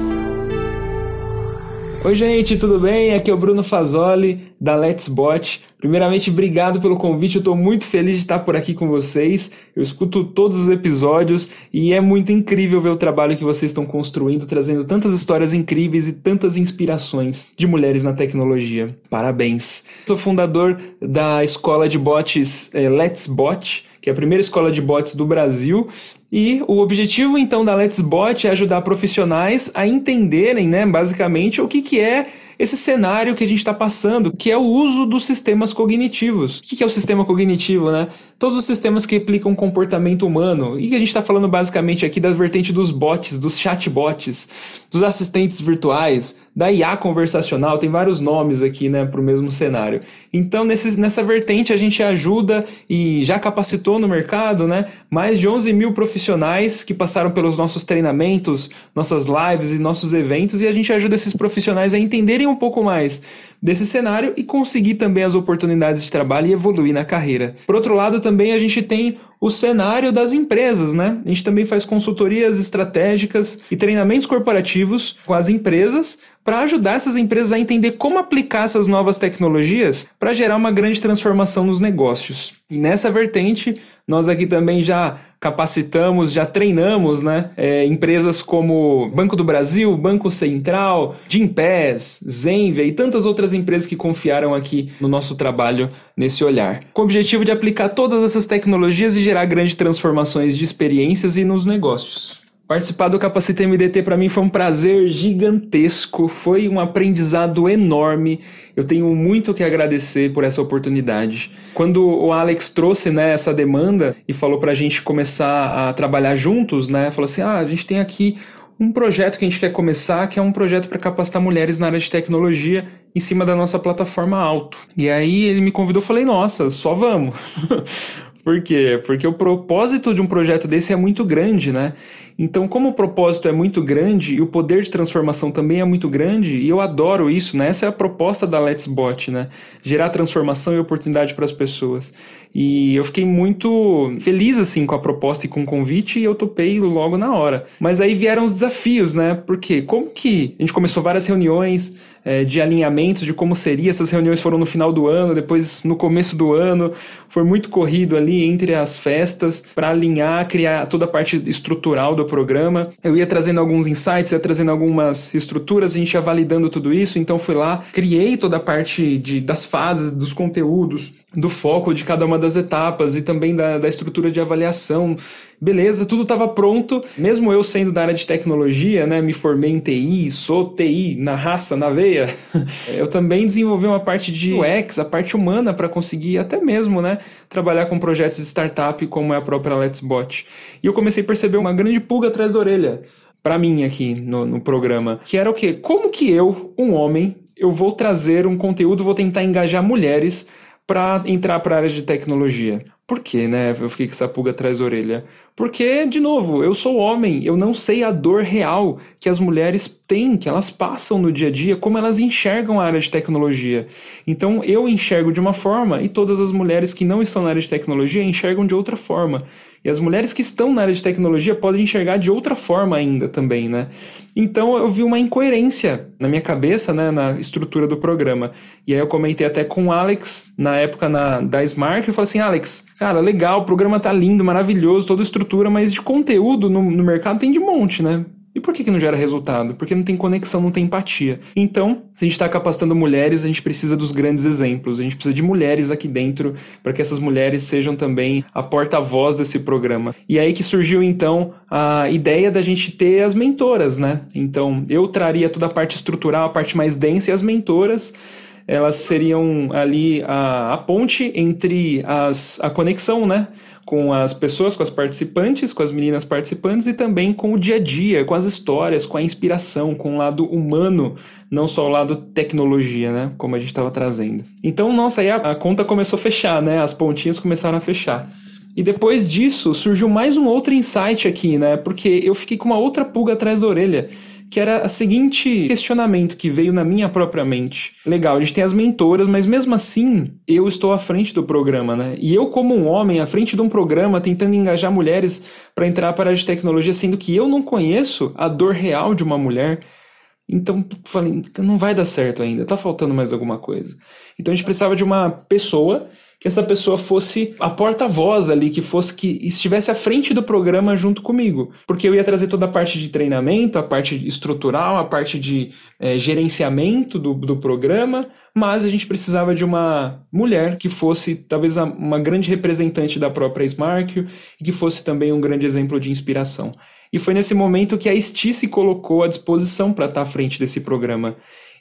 Oi, gente, tudo bem? Aqui é o Bruno Fazoli, da Let's Bot. Primeiramente, obrigado pelo convite, eu estou muito feliz de estar por aqui com vocês. Eu escuto todos os episódios e é muito incrível ver o trabalho que vocês estão construindo, trazendo tantas histórias incríveis e tantas inspirações de mulheres na tecnologia. Parabéns! Sou fundador da escola de bots é, Let's Bot, que é a primeira escola de bots do Brasil. E o objetivo, então, da Let's Bot é ajudar profissionais a entenderem, né, basicamente, o que, que é esse cenário que a gente está passando, que é o uso dos sistemas cognitivos. O que, que é o sistema cognitivo, né? Todos os sistemas que replicam comportamento humano. E que a gente está falando basicamente aqui da vertente dos bots, dos chatbots, dos assistentes virtuais, da I A conversacional, tem vários nomes aqui, né, para o mesmo cenário. Então, nesse, nessa vertente, a gente ajuda e já capacitou no mercado, né, mais de onze mil profissionais que passaram pelos nossos treinamentos, nossas lives e nossos eventos, e a gente ajuda esses profissionais a entenderem um pouco mais desse cenário e conseguir também as oportunidades de trabalho e evoluir na carreira. Por outro lado, também a gente tem o cenário das empresas, né? A gente também faz consultorias estratégicas e treinamentos corporativos com as empresas para ajudar essas empresas a entender como aplicar essas novas tecnologias para gerar uma grande transformação nos negócios. E nessa vertente, nós aqui também já capacitamos, já treinamos, né, é, empresas como Banco do Brasil, Banco Central, Gympass, Zenvia e tantas outras empresas que confiaram aqui no nosso trabalho nesse olhar. Com o objetivo de aplicar todas essas tecnologias e gerar grandes transformações de experiências e nos negócios. Participar do Capacita M D T para mim foi um prazer gigantesco, foi um aprendizado enorme. Eu tenho muito que agradecer por essa oportunidade. Quando o Alex trouxe, né, essa demanda e falou para a gente começar a trabalhar juntos, né, falou assim, ah, a gente tem aqui um projeto que a gente quer começar, que é um projeto para capacitar mulheres na área de tecnologia em cima da nossa plataforma Auto. E aí ele me convidou, eu falei, nossa, só vamos. Por quê? Porque o propósito de um projeto desse é muito grande, né? Então, como o propósito é muito grande e o poder de transformação também é muito grande, e eu adoro isso, né? Essa é a proposta da Let's Bot, né? Gerar transformação e oportunidade para as pessoas. E eu fiquei muito feliz, assim, com a proposta e com o convite, e eu topei logo na hora. Mas aí vieram os desafios, né? Porque como que a gente começou várias reuniões é, de alinhamentos, de como seria, essas reuniões foram no final do ano, depois no começo do ano, foi muito corrido ali, ali entre as festas para alinhar, criar toda a parte estrutural do programa. Eu ia trazendo alguns insights, ia trazendo algumas estruturas, a gente ia validando tudo isso, então fui lá, criei toda a parte de, das fases, dos conteúdos, do foco de cada uma das etapas e também da, da estrutura de avaliação. Beleza, tudo estava pronto, mesmo eu sendo da área de tecnologia, né, me formei em T I, sou T I na raça, na veia, eu também desenvolvi uma parte de U X, a parte humana, para conseguir até mesmo, né, trabalhar com projetos de startup como é a própria Let's Bot. E eu comecei a perceber uma grande pulga atrás da orelha, para mim aqui no, no programa, que era o quê? Como que eu, um homem, eu vou trazer um conteúdo, vou tentar engajar mulheres para entrar para a área de tecnologia? Por quê, né? Eu fiquei com essa pulga atrás da orelha. Porque, de novo, eu sou homem, eu não sei a dor real que as mulheres têm, que elas passam no dia a dia, como elas enxergam a área de tecnologia. Então, eu enxergo de uma forma e todas as mulheres que não estão na área de tecnologia enxergam de outra forma. E as mulheres que estão na área de tecnologia podem enxergar de outra forma ainda também, né? Então, eu vi uma incoerência na minha cabeça, né, na estrutura do programa. E aí eu comentei até com o Alex, na época na, da Smart, eu falei assim, Alex, cara, legal, o programa tá lindo, maravilhoso, toda a estrutura, mas de conteúdo no, no mercado tem de monte, né? E por que que não gera resultado? Porque não tem conexão, não tem empatia. Então, se a gente está capacitando mulheres, a gente precisa dos grandes exemplos. A gente precisa de mulheres aqui dentro para que essas mulheres sejam também a porta-voz desse programa. E aí que surgiu, então, a ideia da gente ter as mentoras, né? Então, eu traria toda a parte estrutural, a parte mais densa, e as mentoras, elas seriam ali a, a ponte entre as, a conexão, né? Com as pessoas, com as participantes, com as meninas participantes e também com o dia a dia, com as histórias, com a inspiração, com o lado humano, não só o lado tecnologia, né? Como a gente estava trazendo. Então, nossa, aí a, a conta começou a fechar, né? As pontinhas começaram a fechar. E depois disso, surgiu mais um outro insight aqui, né? Porque eu fiquei com uma outra pulga atrás da orelha, que era o seguinte questionamento que veio na minha própria mente. Legal, a gente tem as mentoras, mas mesmo assim, eu estou à frente do programa, né? E eu, como um homem, à frente de um programa, tentando engajar mulheres para entrar para a área de tecnologia, sendo que eu não conheço a dor real de uma mulher. Então, falei, não vai dar certo ainda, tá faltando mais alguma coisa. Então, a gente precisava de uma pessoa, que essa pessoa fosse a porta-voz ali, que fosse que estivesse à frente do programa junto comigo. Porque eu ia trazer toda a parte de treinamento, a parte estrutural, a parte de é, gerenciamento do, do programa, mas a gente precisava de uma mulher que fosse talvez uma grande representante da própria Smarkio e que fosse também um grande exemplo de inspiração. E foi nesse momento que a Esti se colocou à disposição para estar à frente desse programa.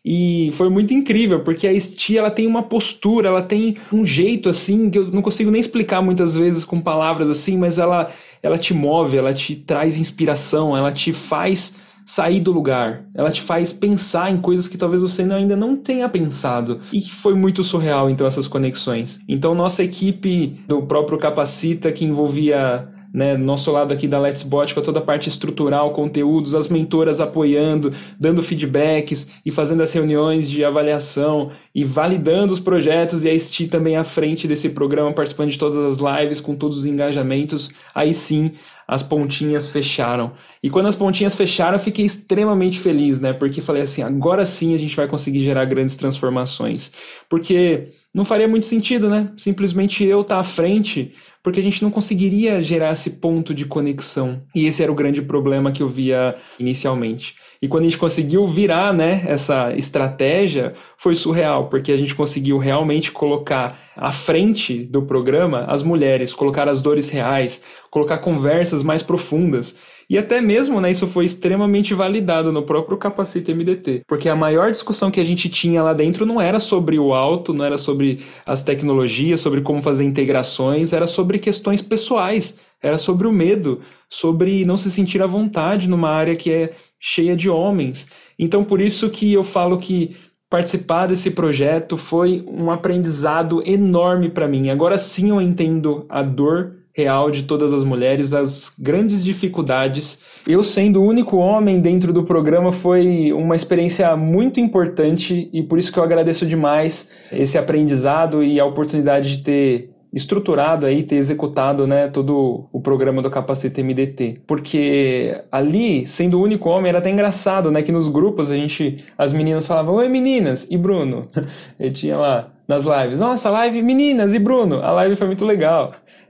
E foi muito incrível, porque a Esti, ela tem uma postura, ela tem um jeito assim, que eu não consigo nem explicar muitas vezes com palavras assim, mas ela, ela te move, ela te traz inspiração, ela te faz sair do lugar, ela te faz pensar em coisas que talvez você ainda não tenha pensado. E foi muito surreal, então, essas conexões. Então, nossa equipe do próprio Capacita, que envolvia... né, nosso lado aqui da Let's Bot, com toda a parte estrutural, conteúdos, as mentoras apoiando, dando feedbacks e fazendo as reuniões de avaliação e validando os projetos, e a Esti também à frente desse programa, participando de todas as lives, com todos os engajamentos. Aí sim, as pontinhas fecharam. E quando as pontinhas fecharam, eu fiquei extremamente feliz, né, porque falei assim, agora sim a gente vai conseguir gerar grandes transformações. Porque não faria muito sentido, né, simplesmente eu estar à frente, porque a gente não conseguiria gerar esse ponto de conexão. E esse era o grande problema que eu via inicialmente. E quando a gente conseguiu virar, né, essa estratégia, foi surreal, porque a gente conseguiu realmente colocar à frente do programa as mulheres, colocar as dores reais, colocar conversas mais profundas. E até mesmo, né, isso foi extremamente validado no próprio Capacita M D T, porque a maior discussão que a gente tinha lá dentro não era sobre o auto, não era sobre as tecnologias, sobre como fazer integrações, era sobre questões pessoais, era sobre o medo, sobre não se sentir à vontade numa área que é cheia de homens. Então, por isso que eu falo que participar desse projeto foi um aprendizado enorme para mim. Agora sim eu entendo a dor real de todas as mulheres, as grandes dificuldades. Eu, sendo o único homem dentro do programa, foi uma experiência muito importante e por isso que eu agradeço demais esse aprendizado e a oportunidade de ter estruturado aí, ter executado, né, todo o programa do Capacita M D T. Porque ali, sendo o único homem, era até engraçado, né, que nos grupos a gente, as meninas falavam, oi meninas, e Bruno? Eu tinha lá nas lives, nossa, live meninas e Bruno, a live foi muito legal.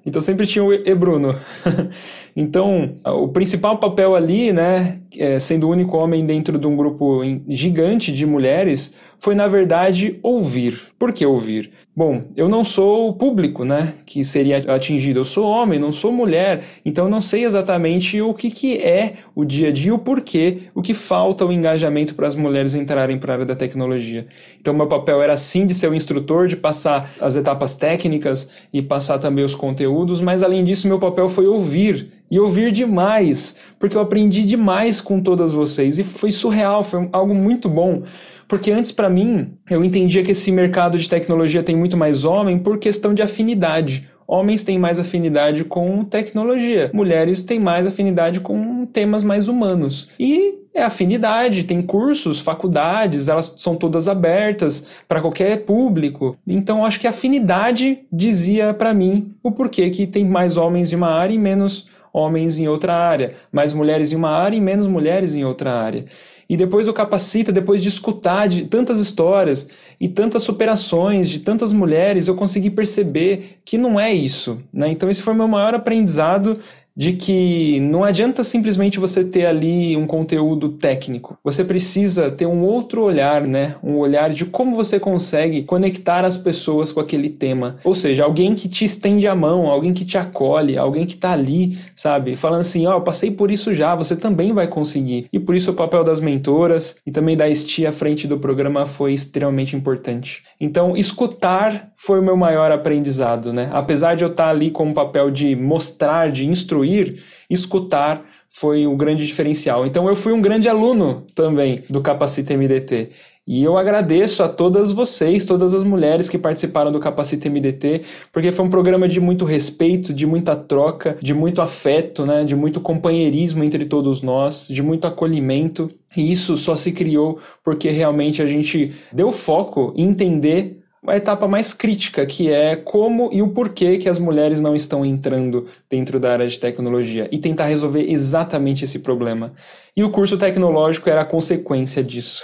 então sempre tinha o E Bruno. Então, o principal papel ali, né, sendo o único homem dentro de um grupo gigante de mulheres, foi, na verdade, ouvir. Por que ouvir? Bom, eu não sou o público, né, que seria atingido. Eu sou homem, não sou mulher, então eu não sei exatamente o que, que é o dia a dia, o porquê, o que falta o engajamento para as mulheres entrarem para a área da tecnologia. Então, meu papel era sim de ser o instrutor, de passar as etapas técnicas e passar também os conteúdos, mas além disso, meu papel foi ouvir. E ouvir demais, porque eu aprendi demais com todas vocês. E foi surreal, foi algo muito bom. Porque antes, para mim, eu entendia que esse mercado de tecnologia tem muito mais homem por questão de afinidade. Homens têm mais afinidade com tecnologia. Mulheres têm mais afinidade com temas mais humanos. E é afinidade, tem cursos, faculdades, elas são todas abertas para qualquer público. Então, acho que a afinidade dizia para mim o porquê que tem mais homens em uma área e menos homens em outra área, mais mulheres em uma área e menos mulheres em outra área. E depois do Capacita, depois de escutar de tantas histórias e tantas superações de tantas mulheres, eu consegui perceber que não é isso, né? Então esse foi o meu maior aprendizado, de que não adianta simplesmente você ter ali um conteúdo técnico. Você precisa ter um outro olhar, né? Um olhar de como você consegue conectar as pessoas com aquele tema. Ou seja, alguém que te estende a mão, alguém que te acolhe, alguém que está ali, sabe? Falando assim, ó, oh, eu passei por isso já, você também vai conseguir. E por isso o papel das mentoras e também da Esti à frente do programa foi extremamente importante. Então, escutar foi o meu maior aprendizado, né? Apesar de eu estar ali com o papel de mostrar, de instruir, escutar foi o grande diferencial. Então eu fui um grande aluno também do Capacita M D T. E eu agradeço a todas vocês, todas as mulheres que participaram do Capacita M D T, porque foi um programa de muito respeito, de muita troca, de muito afeto, né? De muito companheirismo entre todos nós, de muito acolhimento. E isso só se criou porque realmente a gente deu foco em entender a etapa mais crítica, que é como e o porquê que as mulheres não estão entrando dentro da área de tecnologia e tentar resolver exatamente esse problema. E o curso tecnológico era a consequência disso.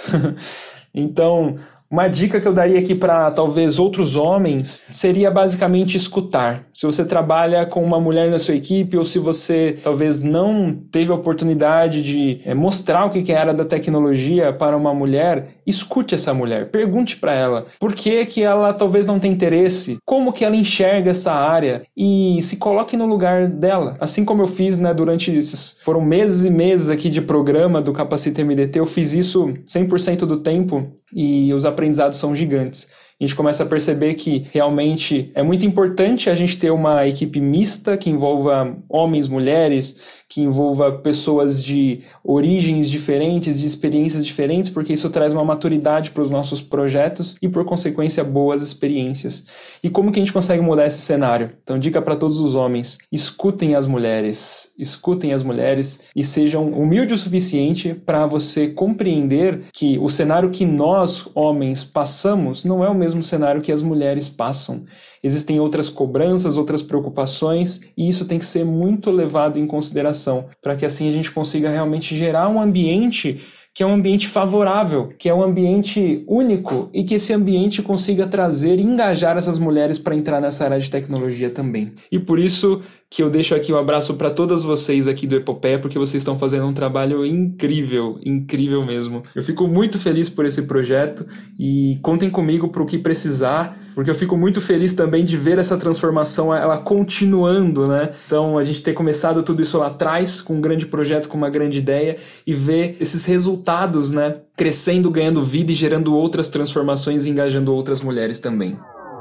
Então, uma dica que eu daria aqui para talvez outros homens seria basicamente escutar. Se você trabalha com uma mulher na sua equipe ou se você talvez não teve a oportunidade de é, mostrar o que é a área da tecnologia para uma mulher, escute essa mulher, pergunte para ela por que, que ela talvez não tenha interesse, como que ela enxerga essa área e se coloque no lugar dela. Assim como eu fiz, né, durante esses foram meses e meses aqui de programa do Capacita M D T, eu fiz isso cem por cento do tempo e os aprendizados são gigantes. A gente começa a perceber que realmente é muito importante a gente ter uma equipe mista que envolva homens, mulheres, que envolva pessoas de origens diferentes, de experiências diferentes, porque isso traz uma maturidade para os nossos projetos e, por consequência, boas experiências. E como que a gente consegue mudar esse cenário? Então, dica para todos os homens, escutem as mulheres, escutem as mulheres e sejam humildes o suficiente para você compreender que o cenário que nós, homens, passamos não é o mesmo cenário que as mulheres passam. Existem outras cobranças, outras preocupações, e isso tem que ser muito levado em consideração, para que assim a gente consiga realmente gerar um ambiente que é um ambiente favorável, que é um ambiente único, e que esse ambiente consiga trazer e engajar essas mulheres para entrar nessa área de tecnologia também. E por isso que eu deixo aqui um abraço para todas vocês aqui do Epopeia, porque vocês estão fazendo um trabalho incrível, incrível mesmo. Eu fico muito feliz por esse projeto e contem comigo para o que precisar, porque eu fico muito feliz também de ver essa transformação, ela continuando, né? Então, a gente ter começado tudo isso lá atrás, com um grande projeto, com uma grande ideia, e ver esses resultados, né, crescendo, ganhando vida e gerando outras transformações e engajando outras mulheres também.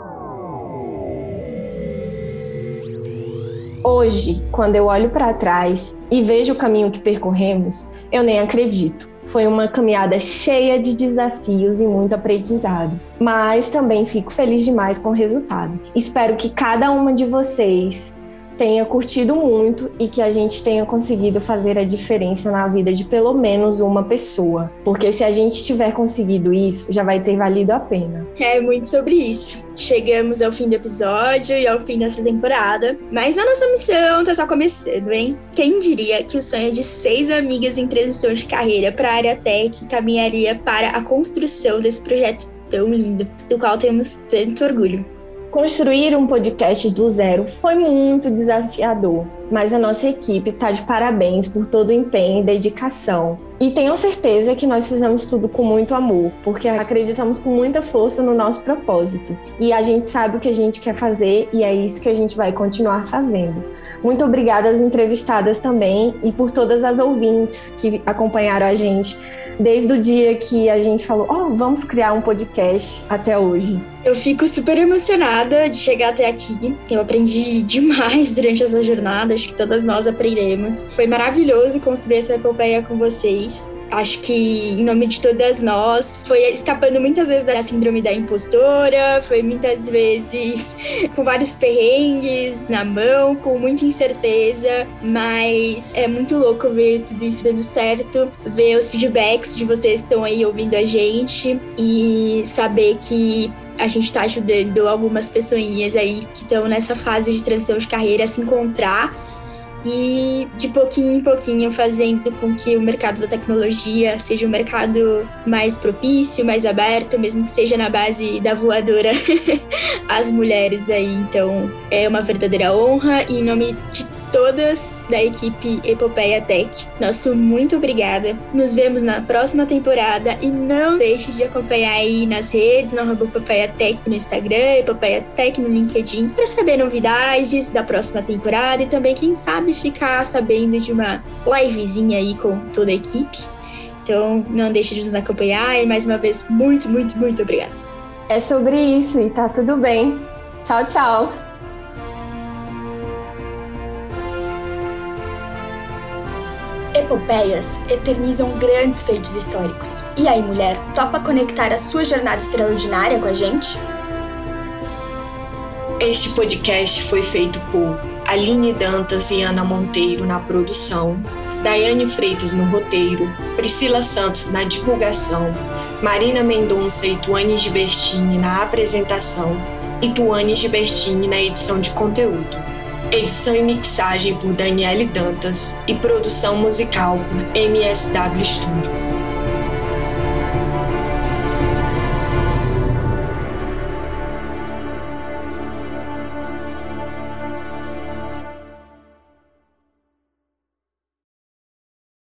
Hoje, quando eu olho para trás e vejo o caminho que percorremos, eu nem acredito. Foi uma caminhada cheia de desafios e muito aprendizado. Mas também fico feliz demais com o resultado. Espero que cada uma de vocês tenha curtido muito e que a gente tenha conseguido fazer a diferença na vida de pelo menos uma pessoa. Porque se a gente tiver conseguido isso, já vai ter valido a pena. É muito sobre isso. Chegamos ao fim do episódio e ao fim dessa temporada. Mas a nossa missão tá só começando, hein? Quem diria que o sonho de seis amigas em transição de carreira para a área tech caminharia para a construção desse projeto tão lindo, do qual temos tanto orgulho. Construir um podcast do zero foi muito desafiador, mas a nossa equipe está de parabéns por todo o empenho e dedicação. E tenho certeza que nós fizemos tudo com muito amor, porque acreditamos com muita força no nosso propósito. E a gente sabe o que a gente quer fazer e é isso que a gente vai continuar fazendo. Muito obrigada às entrevistadas também e por todas as ouvintes que acompanharam a gente desde o dia que a gente falou, ó, oh, vamos criar um podcast até hoje. Eu fico super emocionada de chegar até aqui. Eu aprendi demais durante essa jornada, acho que todas nós aprendemos. Foi maravilhoso construir essa epopeia com vocês. Acho que, em nome de todas nós, foi escapando muitas vezes da síndrome da impostora, foi muitas vezes com vários perrengues na mão, com muita incerteza, mas é muito louco ver tudo isso dando certo, ver os feedbacks de vocês que estão aí ouvindo a gente e saber que a gente está ajudando algumas pessoinhas aí que estão nessa fase de transição de carreira a se encontrar e de pouquinho em pouquinho fazendo com que o mercado da tecnologia seja um mercado mais propício, mais aberto, mesmo que seja na base da voadora às mulheres aí. Então é uma verdadeira honra e em nome de todas da equipe Epopeia Tech, nosso muito obrigada. Nos vemos na próxima temporada e não deixe de acompanhar aí nas redes, no arroba Epopeia Tech no Instagram, Epopeia Tech no LinkedIn, para saber novidades da próxima temporada e também, quem sabe, ficar sabendo de uma livezinha aí com toda a equipe. Então, não deixe de nos acompanhar e, mais uma vez, muito, muito, muito obrigada. É sobre isso e tá tudo bem. Tchau, tchau. Epopeias eternizam grandes feitos históricos. E aí, mulher, topa conectar a sua jornada extraordinária com a gente? Este podcast foi feito por Aline Dantas e Ana Monteiro na produção, Daiane Freitas no roteiro, Priscila Santos na divulgação, Marina Mendonça e Tuane Gibertini na apresentação e Tuane Gibertini na edição de conteúdo. Edição e mixagem por Daniele Dantas e produção musical por M S W Studio.